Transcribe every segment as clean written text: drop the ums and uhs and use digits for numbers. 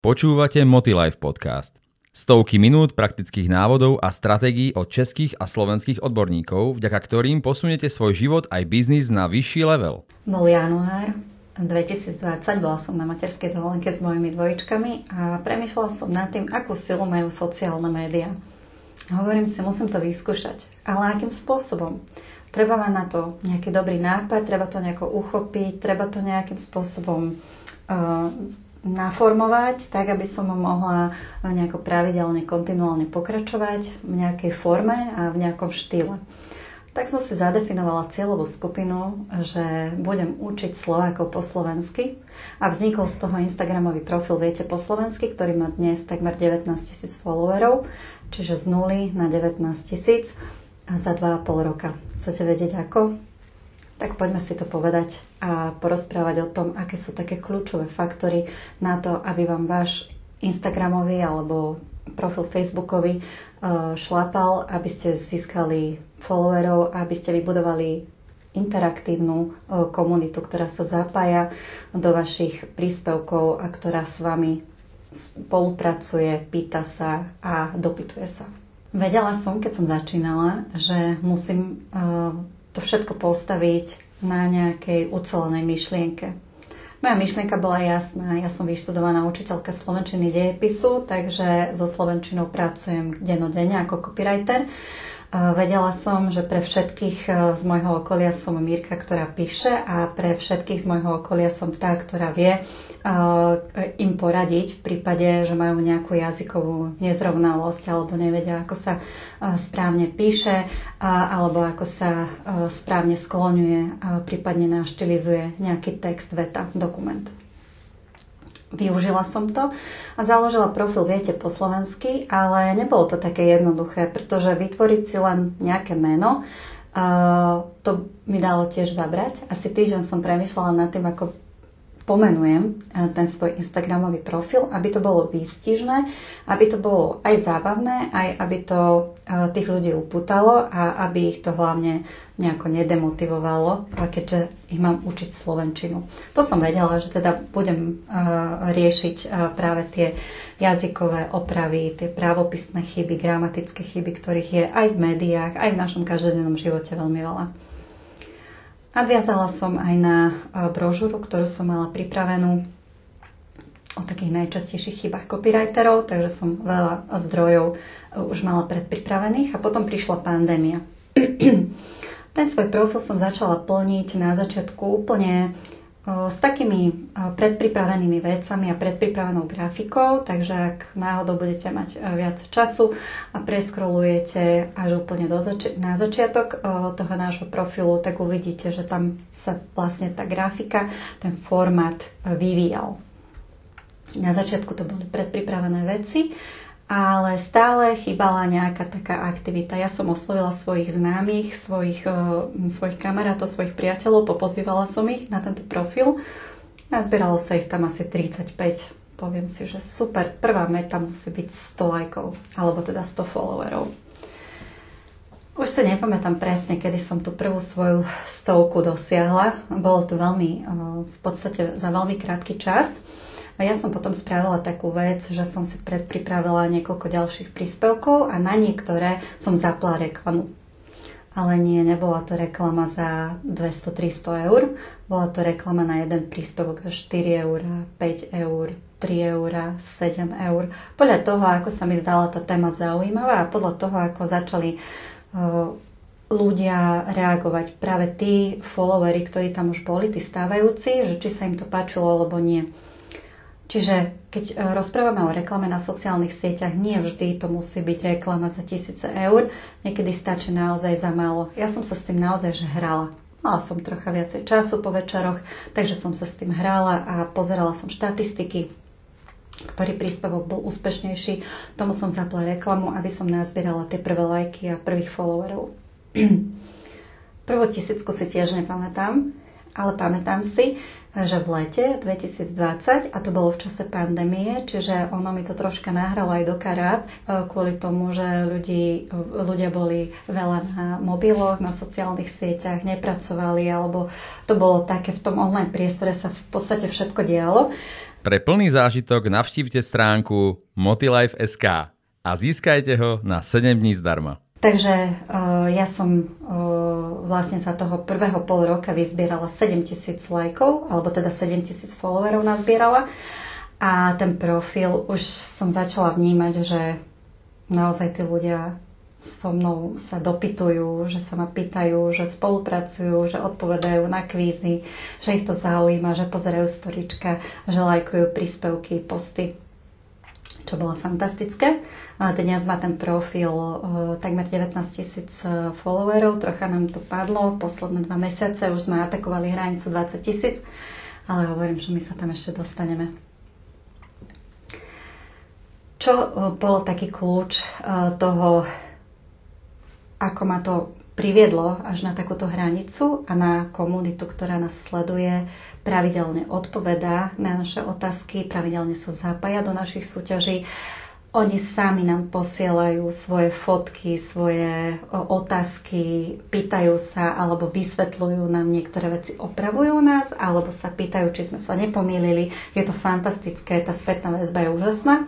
Počúvate Motilife podcast. Stovky minút praktických návodov a stratégií od českých a slovenských odborníkov, vďaka ktorým posuniete svoj život aj biznis na vyšší level. Bol január 2020, bola som na materskej dovolenke s mojimi dvojičkami a premýšľala som nad tým, akú silu majú sociálne médiá. Hovorím si, musím to vyskúšať, ale akým spôsobom? Treba mať na to nejaký dobrý nápad, treba to nejako uchopiť, treba to nejakým spôsobom naformovať, tak aby som mohla nejako pravidelne, kontinuálne pokračovať v nejakej forme a v nejakom štýle. Tak som si zadefinovala cieľovú skupinu, že budem učiť Slovákov po slovensky a vznikol z toho Instagramový profil Viete po slovensky, ktorý má dnes takmer 19 000 followerov, čiže z 0 na 19 000 za 2,5 roka. Chcete vedieť ako? Tak poďme si to povedať a porozprávať o tom, aké sú také kľúčové faktory na to, aby vám váš Instagramový alebo profil Facebookový šlapal, aby ste získali followerov, aby ste vybudovali interaktívnu komunitu, ktorá sa zapája do vašich príspevkov a ktorá s vami spolupracuje, pýta sa a dopytuje sa. Vedela som, keď som začínala, že musím to všetko postaviť na nejakej ucelenej myšlienke. Moja myšlienka bola jasná. Ja som vyštudovaná učiteľka slovenčiny dejepisu, takže so slovenčinou pracujem dennodenne ako copywriter. Vedela som, že pre všetkých z môjho okolia som Mírka, ktorá píše a pre všetkých z môjho okolia som tá, ktorá vie im poradiť v prípade, že majú nejakú jazykovú nezrovnalosť alebo nevedia, ako sa správne píše alebo ako sa správne skloňuje, prípadne naštilizuje nejaký text, veta, dokument. Využila som to a založila profil Viete po slovensky, ale nebolo to také jednoduché, pretože vytvoriť si len nejaké meno, to mi dalo tiež zabrať. Asi týždeň som premýšľala nad tým, ako pomenujem ten svoj Instagramový profil, aby to bolo výstižné, aby to bolo aj zábavné, aj aby to tých ľudí upútalo a aby ich to hlavne nejako nedemotivovalo, keďže ich mám učiť slovenčinu. To som vedela, že teda budem riešiť práve tie jazykové opravy, tie právopisné chyby, gramatické chyby, ktorých je aj v médiách, aj v našom každodennom živote veľmi veľa. Nadviazala som aj na brožúru, ktorú som mala pripravenú o takých najčastejších chybách copywriterov, takže som veľa zdrojov už mala predpripravených a potom prišla pandémia. Ten svoj profil som začala plniť na začiatku úplne s takými predpripravenými vecami a predpripravenou grafikou, takže ak náhodou budete mať viac času a preskrolujete až úplne na začiatok toho nášho profilu, tak uvidíte, že tam sa vlastne tá grafika, ten formát vyvíjal. Na začiatku to boli predpripravené veci, ale stále chýbala nejaká taká aktivita. Ja som oslovila svojich známych, svojich kamarátov, svojich priateľov, popozývala som ich na tento profil. Nazbieralo sa ich tam asi 35. Poviem si, že super, prvá meta musí byť 100 lajkov, alebo teda 100 followerov. Už sa nepamätám presne, kedy som tú prvú svoju 100 dosiahla. Bolo to v podstate za veľmi krátky čas. A ja som potom spravila takú vec, že som si predpripravila niekoľko ďalších príspevkov a na niektoré som zapla reklamu. Ale nebola to reklama za 200-300 eur, bola to reklama na jeden príspevok za 4 eur, 5 eur, 3 eur, 7 eur. Podľa toho, ako sa mi zdala tá téma zaujímavá a podľa toho, ako začali ľudia reagovať, práve tí followery, ktorí tam už boli, tí stávajúci, že či sa im to páčilo alebo nie. Čiže keď rozprávame o reklame na sociálnych sieťach, nie vždy to musí byť reklama za 1000 eur, niekedy stačí naozaj za málo. Ja som sa s tým naozaj že hrala. Mala som trocha viacej času po večeroch, takže som sa s tým hrala a pozerala som štatistiky, ktorý príspevok bol úspešnejší. Tomu som zapla reklamu, aby som nazbierala tie prvé lajky a prvých followerov. Prvú 1000 si tiež nepamätám, ale pamätám si, že v lete 2020, a to bolo v čase pandémie, čiže ono mi to troška nahralo aj do karát, kvôli tomu, že ľudia boli veľa na mobiloch, na sociálnych sieťach, nepracovali, alebo to bolo také, v tom online priestore sa v podstate všetko dialo. Pre plný zážitok navštívte stránku Motilife.sk a získajte ho na 7 dní zdarma. Takže ja som vlastne za toho prvého pol roka vyzbierala 7,000 lajkov, alebo teda 7,000 followerov nazbierala. A ten profil už som začala vnímať, že naozaj tí ľudia so mnou sa dopytujú, že sa ma pýtajú, že spolupracujú, že odpovedajú na kvízy, že ich to zaujíma, že pozerajú storička, že lajkujú príspevky, posty, čo bolo fantastické. A dnes má ten profil takmer 19,000 followerov, trocha nám to padlo, posledné 2 mesiace už sme atakovali hranicu 20,000, ale hovorím, že my sa tam ešte dostaneme. Čo bol taký kľúč toho, ako ma to priviedlo až na takúto hranicu a na komunitu, ktorá nás sleduje, pravidelne odpovedá na naše otázky, pravidelne sa zapája do našich súťaží. Oni sami nám posielajú svoje fotky, svoje otázky, pýtajú sa alebo vysvetľujú nám niektoré veci, opravujú nás alebo sa pýtajú, či sme sa nepomýlili. Je to fantastické, tá spätná väzba je úžasná.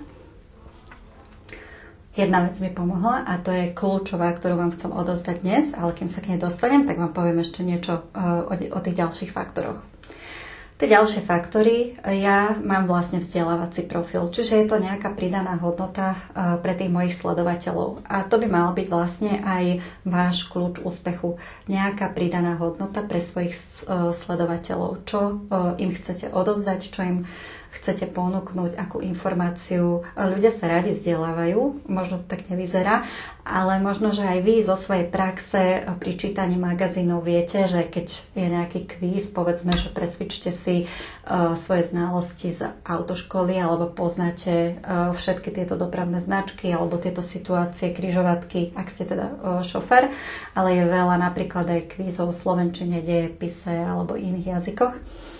Jedna vec mi pomohla a to je kľúčová, ktorú vám chcem odovzdať dnes, ale kým sa k nej dostanem, tak vám poviem ešte niečo o tých ďalších faktoroch. Tie ďalšie faktory, ja mám vlastne vzdelávací profil, čiže je to nejaká pridaná hodnota pre tých mojich sledovateľov. A to by mal byť vlastne aj váš kľúč úspechu. Nejaká pridaná hodnota pre svojich sledovateľov. Čo im chcete odovzdať, čo im chcete ponúknuť, akú informáciu. Ľudia sa radi vzdelávajú, možno to tak nevyzerá, ale možno, že aj vy zo svojej praxe pri čítaní magazínov viete, že keď je nejaký kvíz, povedzme, že precvičte si svoje znalosti z autoškoly alebo poznáte všetky tieto dopravné značky alebo tieto situácie, križovatky, ak ste teda šofér, ale je veľa napríklad aj kvízov v slovenčine, dejepise alebo iných jazykoch,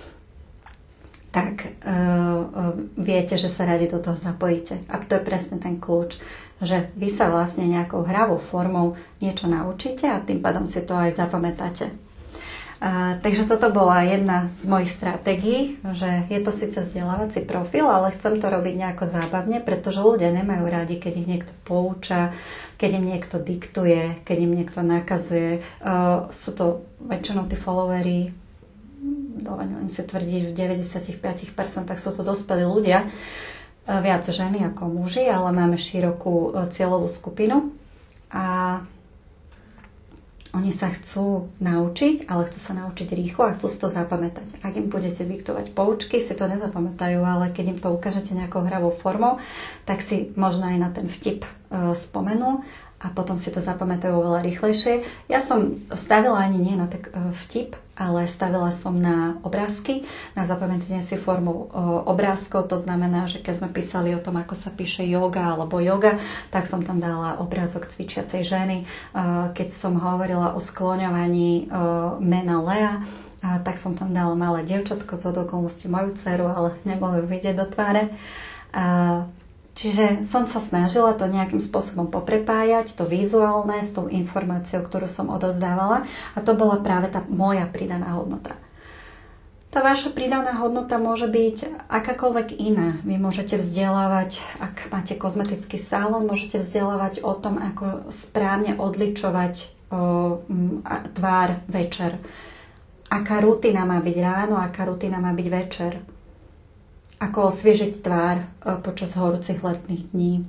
tak viete, že sa radi do toho zapojíte. A to je presne ten kľúč, že vy sa vlastne nejakou hravou formou niečo naučíte a tým pádom si to aj zapamätáte. Takže toto bola jedna z mojich stratégií, že je to síce vzdelávací profil, ale chcem to robiť nejako zábavne, pretože ľudia nemajú radi, keď ich niekto pouča, keď im niekto diktuje, keď im niekto nakazuje. Sú to väčšinou tí followery, dovolím si tvrdiť, v 95% sú to dospelí ľudia, viac ženy ako muži, ale máme širokú cieľovú skupinu a oni sa chcú naučiť, ale chcú sa naučiť rýchlo a chcú si to zapamätať. Ak im budete diktovať poučky, si to nezapamätajú, ale keď im to ukážete nejakou hravou formou, tak si možno aj na ten vtip spomenú a potom si to zapamätajú oveľa rýchlejšie. Ja som stavila ani nie na tak vtip, ale stavila som na obrázky, na zapamätanie si formou obrázkov. To znamená, že keď sme písali o tom, ako sa píše yoga alebo yoga, tak som tam dala obrázok cvičiacej ženy. Keď som hovorila o skloňovaní mena Lea, tak som tam dala malé dievčatko, z okolností moju dceru, ale nebolo ju vidieť do tváre. Čiže som sa snažila to nejakým spôsobom poprepájať, to vizuálne s tou informáciou, ktorú som odovzdávala, a to bola práve tá moja pridaná hodnota. Tá vaša pridaná hodnota môže byť akákoľvek iná. Vy môžete vzdelávať, ak máte kozmetický salón, môžete vzdelávať o tom, ako správne odličovať tvár večer. Aká rutina má byť ráno, aká rutina má byť večer. Ako osviežiť tvár počas horúcich letných dní.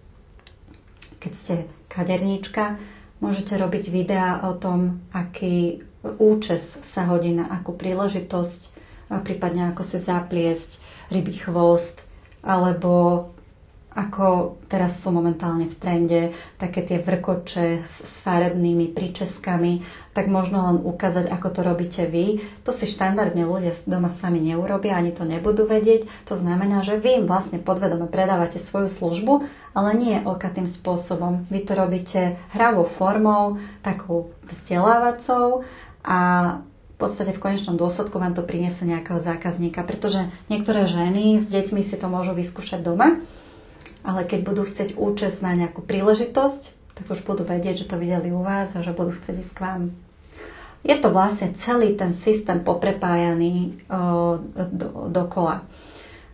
Keď ste kaderníčka, môžete robiť videá o tom, aký účes sa hodí na akú príležitosť, prípadne ako sa zapliesť rybí chvost, alebo ako teraz sú momentálne v trende také tie vrkoče s farebnými príčeskami, tak možno len ukázať, ako to robíte vy. To si štandardne ľudia doma sami neurobia, ani to nebudú vedieť. To znamená, že vy im vlastne podvedome predávate svoju službu, ale nie okatým spôsobom. Vy to robíte hravou formou, takou vzdelávacou a v podstate v konečnom dôsledku vám to priniesie nejakého zákazníka, pretože niektoré ženy s deťmi si to môžu vyskúšať doma, ale keď budú chcieť účasť na nejakú príležitosť, tak už budú vedieť, že to videli u vás a že budú chcieť ísť k vám. Je to vlastne celý ten systém poprepájaný dokola.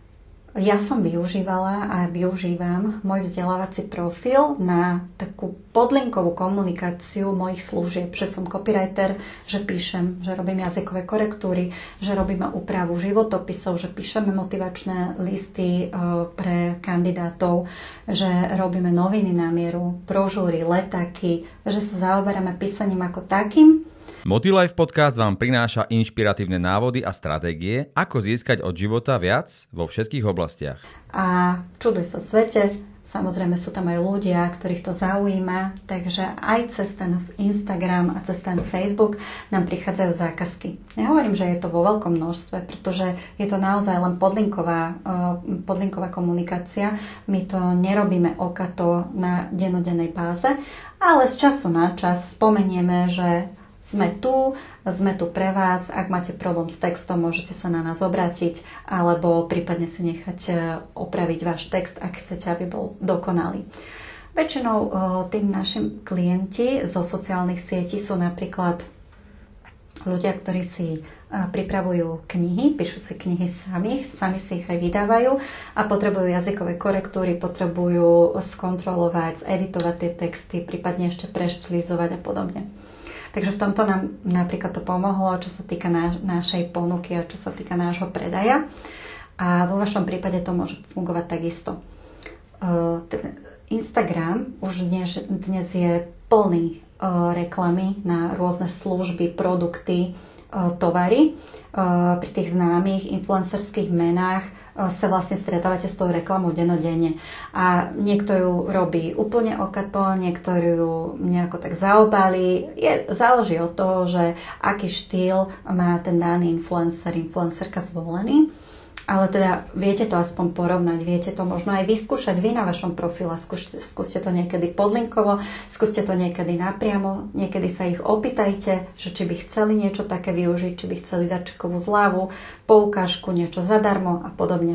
Ja som využívala a využívam môj vzdelávací profil na takú podlinkovú komunikáciu mojich služieb, že som copywriter, že píšem, že robím jazykové korektúry, že robíme úpravu životopisov, že píšeme motivačné listy pre kandidátov, že robíme noviny na mieru, brožúry, letáky, že sa zaoberáme písaním ako takým. Motilife podcast vám prináša inšpiratívne návody a stratégie, ako získať od života viac vo všetkých oblastiach. A čuduj sa svete, samozrejme sú tam aj ľudia, ktorých to zaujíma, takže aj cez ten Instagram a cez ten Facebook nám prichádzajú zákazky. Nehovorím, že je to vo veľkom množstve, pretože je to naozaj len podlinková komunikácia. My to nerobíme okato na dennodennej báze, ale z času na čas spomenieme, že sme tu pre vás. Ak máte problém s textom, môžete sa na nás obrátiť alebo prípadne si nechať opraviť váš text, ak chcete, aby bol dokonalý. Väčšinou tým našim klienti zo sociálnych sietí sú napríklad ľudia, ktorí si pripravujú knihy, píšu si knihy sami si ich aj vydávajú a potrebujú jazykové korektúry, potrebujú skontrolovať, editovať tie texty, prípadne ešte preštilizovať a podobne. Takže v tomto nám napríklad to pomohlo, čo sa týka našej ponuky a čo sa týka nášho predaja. A vo vašom prípade to môže fungovať takisto. Instagram už dnes je plný reklamy na rôzne služby, produkty, tovary. Pri tých známych influencerských menách sa vlastne stretávate s tou reklamou dennodenne. A niekto ju robí úplne okato, niekto ju nejako tak zaobali. Záleží od toho, že aký štýl má ten daný influencerka zvolený. Ale teda viete to aspoň porovnať, viete to možno aj vyskúšať vy na vašom profile. Skúste to niekedy podlinkovo, skúste to niekedy napriamo, niekedy sa ich opýtajte, že či by chceli niečo také využiť, či by chceli dať čekovú zľavu, poukážku, niečo zadarmo a podobne.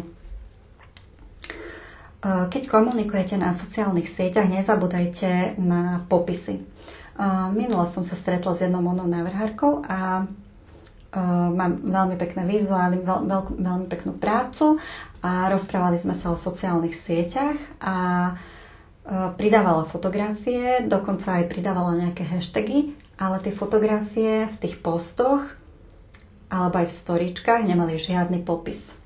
Keď komunikujete na sociálnych sieťach, nezabúdajte na popisy. Minulo som sa stretla s jednou modnou návrhárkou a mám veľmi pekné vizuály, veľmi peknú prácu a rozprávali sme sa o sociálnych sieťach a pridávala fotografie, dokonca aj pridávala nejaké hashtagy, ale tie fotografie v tých postoch alebo aj v storičkách nemali žiadny popis.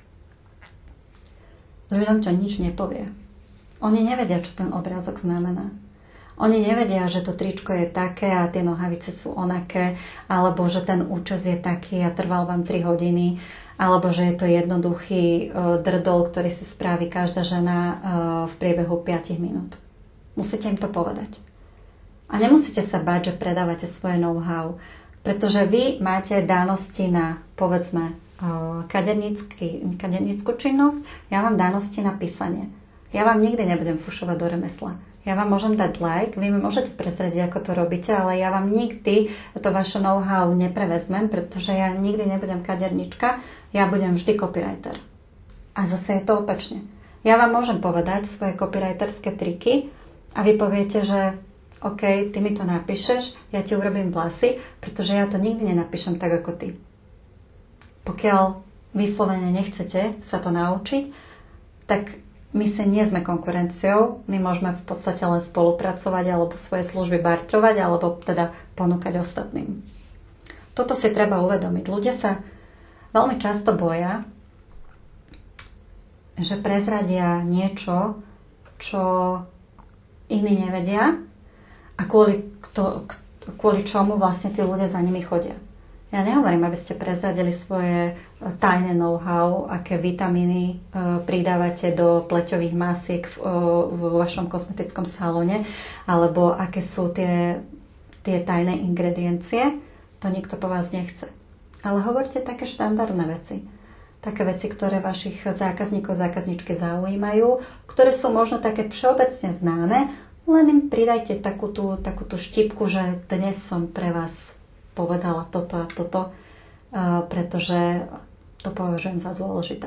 Ľuďom to nič nepovie. Oni nevedia, čo ten obrázok znamená. Oni nevedia, že to tričko je také a tie nohavice sú onaké, alebo že ten účes je taký a trval vám 3 hodiny, alebo že je to jednoduchý drdol, ktorý si spraví každá žena v priebehu 5 minút. Musíte im to povedať. A nemusíte sa báť, že predávate svoje know-how, pretože vy máte danosti na, povedzme, kadernícku činnosť, ja mám danosti na písanie. Ja vám nikdy nebudem fušovať do remesla. Ja vám môžem dať like, vy mi môžete prezradiť, ako to robíte, ale ja vám nikdy to vaše know-how neprevezmem, pretože ja nikdy nebudem kadernička, ja budem vždy copywriter. A zase je to opačne. Ja vám môžem povedať svoje copywriterské triky a vy poviete, že OK, ty mi to napíšeš, ja ti urobím vlasy, pretože ja to nikdy nenapíšem tak, ako ty. Pokiaľ vyslovene nechcete sa to naučiť, tak my si nie sme konkurenciou, my môžeme v podstate len spolupracovať alebo svoje služby bartrovať alebo teda ponúkať ostatným. Toto si treba uvedomiť. Ľudia sa veľmi často boja, že prezradia niečo, čo iní nevedia a kvôli čomu vlastne tí ľudia za nimi chodia. Ja nehovorím, aby ste prezradili svoje tajné know-how, aké vitamíny pridávate do pleťových masiek vo vašom kozmetickom salóne, alebo aké sú tie tajné ingrediencie. To nikto po vás nechce. Ale hovorte také štandardné veci. Také veci, ktoré vašich zákazníkov, zákazničky zaujímajú, ktoré sú možno také všeobecne známe, len im pridajte takú tú štipku, že dnes som pre vás povedala toto a toto, pretože to považujem za dôležité.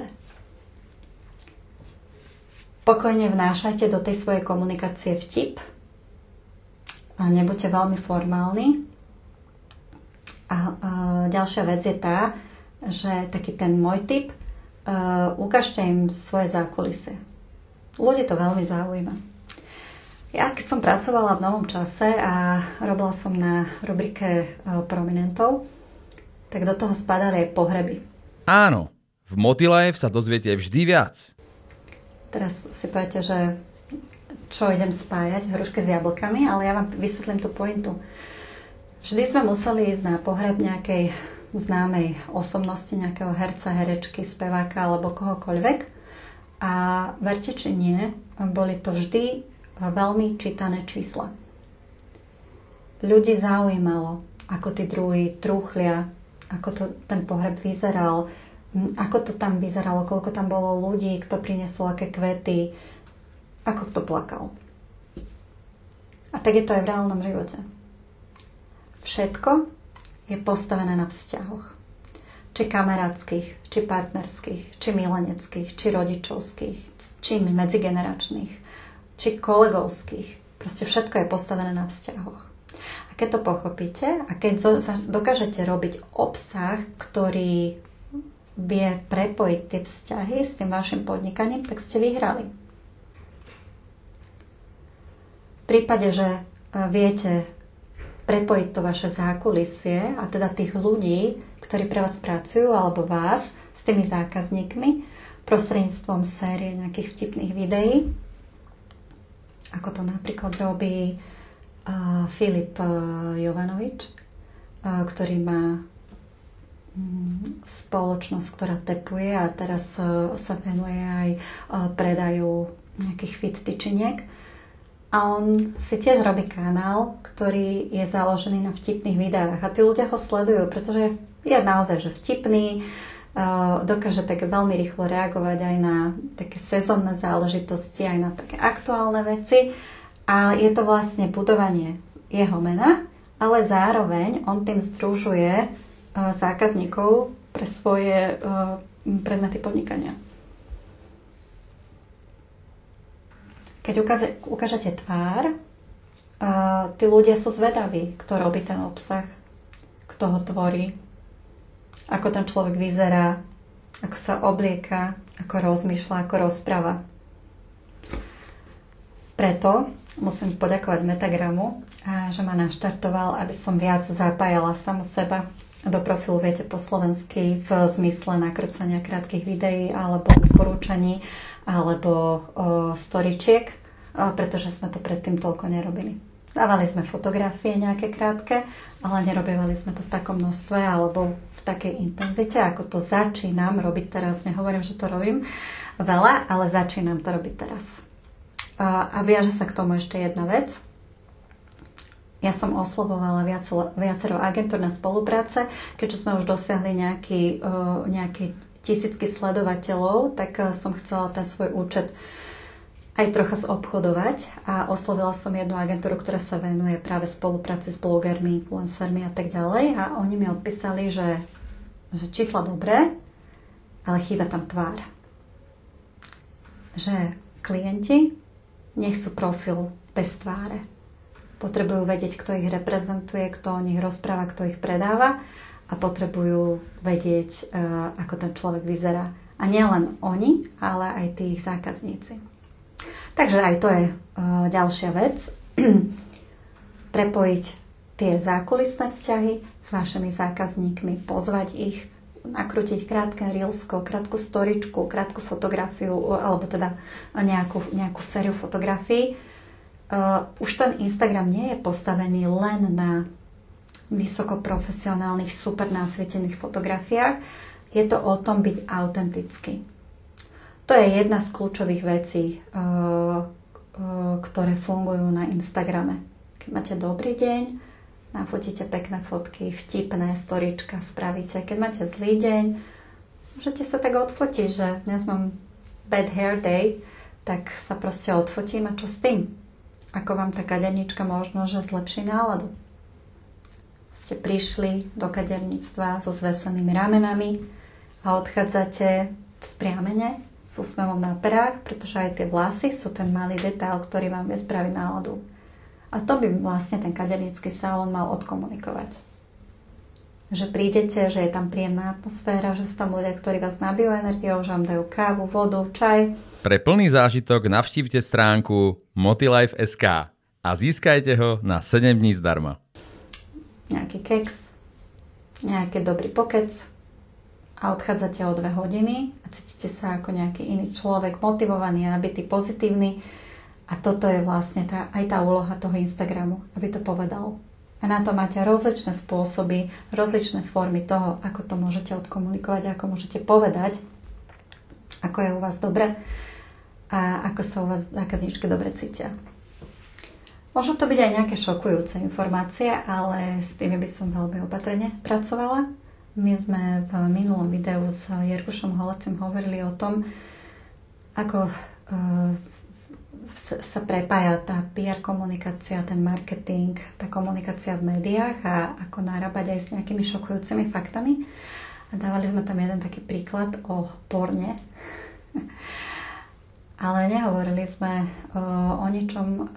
Pokojne vnášajte do tej svojej komunikácie vtip a nebuďte veľmi formálni. A ďalšia vec je tá, že taký ten môj tip, ukážte im svoje zákulisie. Ľudí to veľmi zaujíma. Ja keď som pracovala v Novom čase a robila som na rubrike prominentov, tak do toho spadali aj pohreby. Áno, v Motilife sa dozviete vždy viac. Teraz si poviete, že čo idem spájať, hrušky s jablkami, ale ja vám vysvetlím tú pointu. Vždy sme museli ísť na pohreb nejakej známej osobnosti, nejakého herca, herečky, speváka alebo kohokoľvek. A verte či nie, boli to vždy veľmi čítané čísla. Ľudí zaujímalo, ako tí druhí trúchlia, ako ten pohreb vyzeral, ako to tam vyzeralo, koľko tam bolo ľudí, kto priniesol aké kvety, ako kto plakal. A tak je to aj v reálnom živote. Všetko je postavené na vzťahoch. Či kamarátskych, či partnerských, či mileneckých, či rodičovských, či medzigeneračných, či kolegovských. Proste všetko je postavené na vzťahoch. A keď to pochopíte a keď dokážete robiť obsah, ktorý vie prepojiť tie vzťahy s tým vašim podnikaním, tak ste vyhrali. V prípade, že viete prepojiť to vaše zákulisie a teda tých ľudí, ktorí pre vás pracujú alebo vás s tými zákazníkmi prostredníctvom série nejakých vtipných videí, ako to napríklad robí Filip Jovanovič, ktorý má spoločnosť, ktorá tepuje a teraz sa venuje aj predaju nejakých fit tyčiniek. A on si tiež robí kanál, ktorý je založený na vtipných videách. A tí ľudia ho sledujú, pretože je naozaj že vtipný, dokáže tak veľmi rýchlo reagovať aj na také sezónne záležitosti, aj na také aktuálne veci. A je to vlastne budovanie jeho mena, ale zároveň on tým združuje zákazníkov pre svoje predmety podnikania. Keď ukážete tvár, tí ľudia sú zvedaví, kto robí ten obsah, kto ho tvorí, ako ten človek vyzerá, ako sa oblieka, ako rozmýšľa, ako rozpráva. Preto musím poďakovať Metagramu, že ma naštartoval, aby som viac zapájala samu seba do profilu Viete po slovensky v zmysle nakrúcania krátkych videí alebo odporúčaní alebo storyčiek, pretože sme to predtým toľko nerobili. Dávali sme fotografie nejaké krátke, ale nerobievali sme to v takom množstve alebo v takej intenzite, ako to začínam robiť teraz. Nehovorím, že to robím veľa, ale začínam to robiť teraz. A viaže sa k tomu ešte jedna vec. Ja som oslovovala viacero agentúr na spolupráce, keďže sme už dosiahli nejaký tisícky sledovateľov, tak som chcela ten svoj účet aj trocha zobchodovať a oslovila som jednu agentúru, ktorá sa venuje práve spolupráci s blogermi, influencermi a tak ďalej a oni mi odpísali, že čísla dobré, ale chýba tam tvár. Že klienti nechcú profil bez tváre. Potrebujú vedieť, kto ich reprezentuje, kto o nich rozpráva, kto ich predáva a potrebujú vedieť, ako ten človek vyzerá. A nielen oni, ale aj tí ich zákazníci. Takže aj to je ďalšia vec. Prepojiť tie zákulisné vzťahy s vašimi zákazníkmi, pozvať ich, nakrútiť krátke reelsko, krátku storičku, krátku fotografiu alebo teda nejakú sériu fotografií. Už ten Instagram nie je postavený len na vysokoprofesionálnych, super nasvietených fotografiách. Je to o tom byť autentický. To je jedna z kľúčových vecí, ktoré fungujú na Instagrame. Keď máte dobrý deň, nafotíte pekné fotky, vtipné storička spravíte. Keď máte zlý deň, môžete sa tak odfotiť, že dnes mám bad hair day, tak sa proste odfotím a čo s tým? Ako vám tá kadernička možno, že zlepší náladu. Ste prišli do kaderníctva so zvesenými ramenami a odchádzate vzpriamene, s úsmevom na perách, pretože aj tie vlasy sú ten malý detail, ktorý vám vie spraviť náladu. A to by vlastne ten kadernícky salón mal odkomunikovať. že prídete, že je tam príjemná atmosféra, že sú tam ľudia, ktorí vás nabijú energiou, že vám dajú kávu, vodu, čaj. Pre plný zážitok navštívte stránku Motilife.sk a získajte ho na 7 dní zdarma. Nejaký keks, nejaký dobrý pokec a odchádzate o 2 hodiny a cítite sa ako nejaký iný človek, motivovaný a nabitý, pozitívny. A toto je vlastne aj tá úloha toho Instagramu, aby to povedal. A na to máte rozličné spôsoby, rozličné formy toho, ako to môžete odkomunikovať, ako môžete povedať, ako je u vás dobre a ako sa u vás zákazníčky dobre cítia. Možno to byť aj nejaké šokujúce informácie, ale s tými by som veľmi opatrne pracovala. My sme v minulom videu s Jergušom Holecim hovorili o tom, ako sa prepája tá PR komunikácia, ten marketing, tá komunikácia v médiách a ako narábať aj s nejakými šokujúcimi faktami. A dávali sme tam jeden taký príklad o porne. Ale nehovorili sme o ničom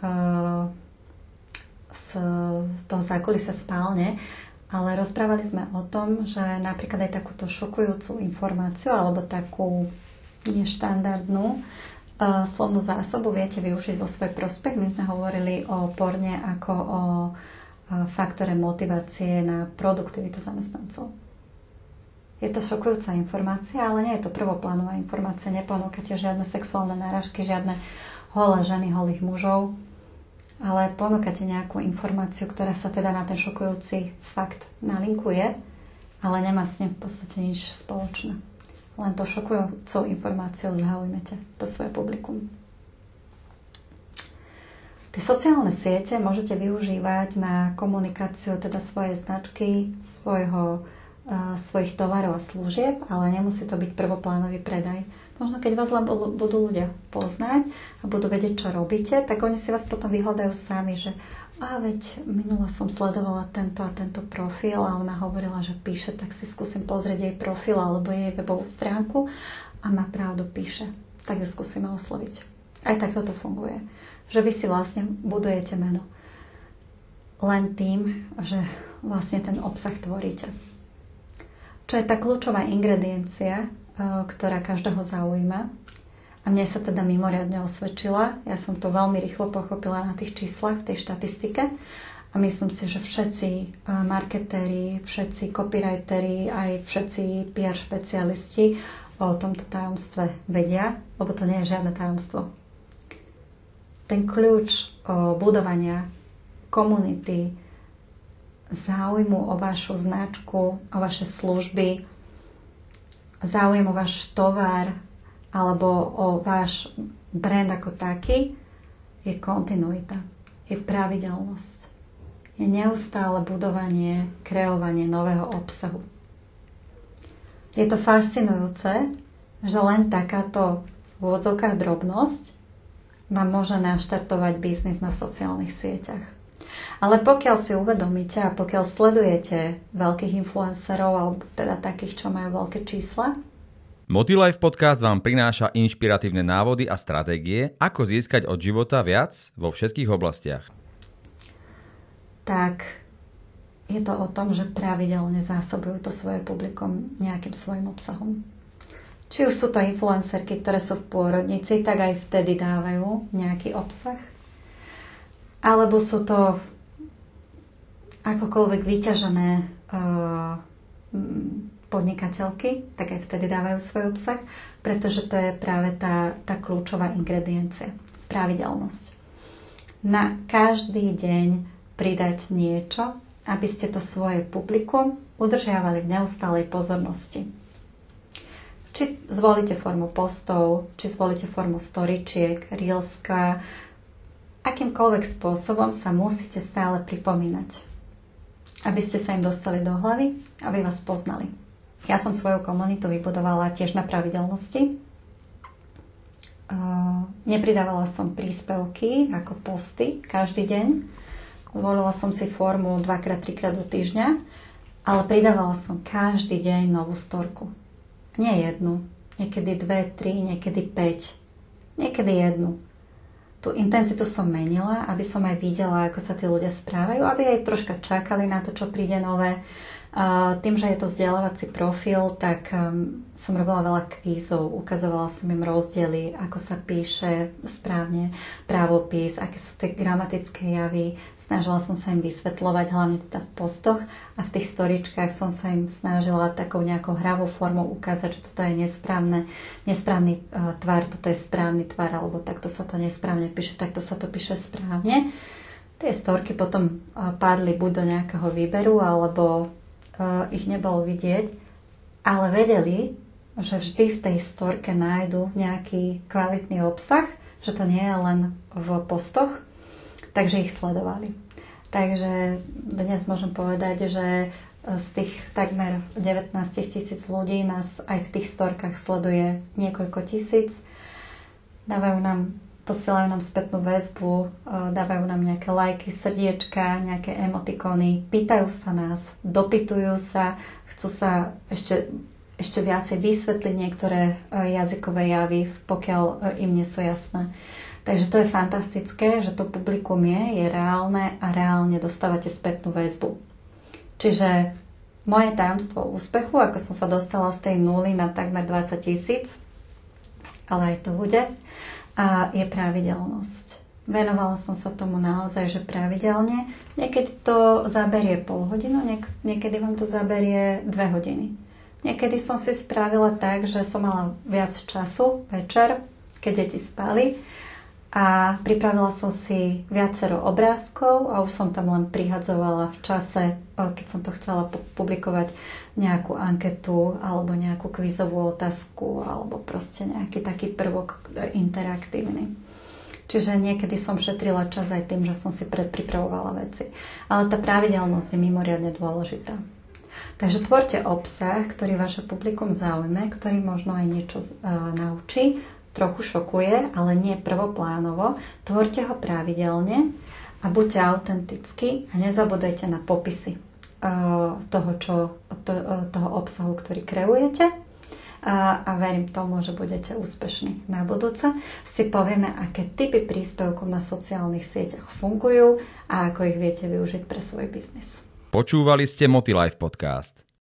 z toho zákulisia spálne, ale rozprávali sme o tom, že napríklad aj takúto šokujúcu informáciu alebo takú neštandardnú slovnú zásobu viete využiť vo svoj prospech. My sme hovorili o porne ako o faktore motivácie na produktivitu zamestnancov. Je to šokujúca informácia, ale nie je to prvoplánová informácia. Neponúkate žiadne sexuálne náražky, žiadne holé ženy, holých mužov, ale ponúkate nejakú informáciu, ktorá sa teda na ten šokujúci fakt nalinkuje, ale nemá s ním v podstate nič spoločné. Len to šokujúcou informáciou zaujmete to svoje publikum. Tie sociálne siete môžete využívať na komunikáciu teda svojej značky, svojich tovarov a služieb, ale nemusí to byť prvoplánový predaj. Možno keď vás len budú ľudia poznať a budú vedieť, čo robíte, tak oni si vás potom vyhľadajú sami, že veď minule som sledovala tento a tento profil a ona hovorila, že píše, tak si skúsim pozrieť jej profil alebo jej webovú stránku a má pravdu, píše. Tak ju skúsime osloviť. Aj takto to funguje. Že vy si vlastne budujete meno. Len tým, že vlastne ten obsah tvoríte. Čo je tá kľúčová ingrediencia, ktorá každého zaujíma. A mne sa teda mimoriadne osvedčila. Ja som to veľmi rýchlo pochopila na tých číslach, v tej štatistike. A myslím si, že všetci marketéri, všetci copywriteri, aj všetci PR špecialisti o tomto tajomstve vedia, lebo to nie je žiadne tajomstvo. Ten kľúč budovania komunity, záujmu o vašu značku, o vaše služby, záujem o váš tovar alebo o váš brand ako taký, je kontinuita, je pravidelnosť, je neustále budovanie, kreovanie nového obsahu. Je to fascinujúce, že len takáto v úvodzovkách drobnosť vám môže naštartovať biznis na sociálnych sieťach. Ale pokiaľ si uvedomíte a pokiaľ sledujete veľkých influencerov alebo teda takých, čo majú veľké čísla, Motilife podcast vám prináša inšpiratívne návody a stratégie, ako získať od života viac vo všetkých oblastiach. Tak je to o tom, že pravidelne zásobujú to svoje publikum nejakým svojim obsahom. Či už sú to influencerky, ktoré sú v pôrodnici, tak aj vtedy dávajú nejaký obsah. Alebo sú to akokoľvek vyťažené podnikateľky, tak aj vtedy dávajú svoj obsah, pretože to je práve tá kľúčová ingrediencia, pravidelnosť. Na každý deň pridať niečo, aby ste to svoje publikum udržiavali v neustálej pozornosti. Či zvolíte formu postov, či zvolíte formu storyčiek, reelska, akýmkoľvek spôsobom sa musíte stále pripomínať, aby ste sa im dostali do hlavy, aby vás poznali. Ja som svoju komunitu vybudovala tiež na pravidelnosti. Nepridávala som príspevky ako posty každý deň. Zvolila som si formu 2-3 do týždňa, ale pridávala som každý deň novú storku. Nie jednu, niekedy 2, 3, niekedy 5, niekedy jednu. Tú intenzitu som menila, aby som aj videla, ako sa tí ľudia správajú, aby aj troška čakali na to, čo príde nové, Tým, že je to vzdelávací profil, tak som robila veľa kvízov, ukazovala som im rozdiely, ako sa píše správne právopis, aké sú tie gramatické javy. Snažila som sa im vysvetľovať, hlavne teda v postoch, a v tých storičkách som sa im snažila takou nejakou hravou formou ukázať, že toto je nesprávny tvar, toto je správny tvar, alebo takto sa to nesprávne píše, takto sa to píše správne. Tie storky potom padli buď do nejakého výberu, alebo ich nebolo vidieť, ale vedeli, že vždy v tej storke nájdu nejaký kvalitný obsah, že to nie je len v postoch, takže ich sledovali. Takže dnes môžem povedať, že z tých takmer 19 000 ľudí nás aj v tých storkách sleduje niekoľko tisíc. Posielajú nám spätnú väzbu, dávajú nám nejaké lajky, srdiečka, nejaké emotikony, pýtajú sa nás, dopytujú sa, chcú sa ešte viacej vysvetliť niektoré jazykové javy, pokiaľ im nie sú jasné. Takže to je fantastické, že to publikum je reálne a reálne dostávate spätnú väzbu. Čiže moje tajomstvo úspechu, ako som sa dostala z tej nuly na takmer 20 000, ale aj to bude, a je pravidelnosť. Venovala som sa tomu naozaj, že pravidelne. Niekedy to zaberie pol hodinu, niekedy vám to zaberie 2 hodiny. Niekedy som si spravila tak, že som mala viac času večer, keď deti spali, a pripravila som si viacero obrázkov a už som tam len prihadzovala v čase, keď som to chcela publikovať, nejakú anketu alebo nejakú kvízovú otázku alebo proste nejaký taký prvok interaktívny. Čiže niekedy som šetrila čas aj tým, že som si predpripravovala veci. Ale tá pravidelnosť je mimoriadne dôležitá. Takže tvorte obsah, ktorý vaše publikum zaujme, ktorý možno aj niečo naučí, trochu šokuje, ale nie prvoplánovo. Tvorte ho pravidelne a buďte autentickí a nezabudajte na popisy toho obsahu, ktorý kreujete. A verím tomu, že budete úspešní na budúce. Si povieme, aké typy príspevkov na sociálnych sieťach fungujú a ako ich viete využiť pre svoj biznis. Počúvali ste Motilife podcast.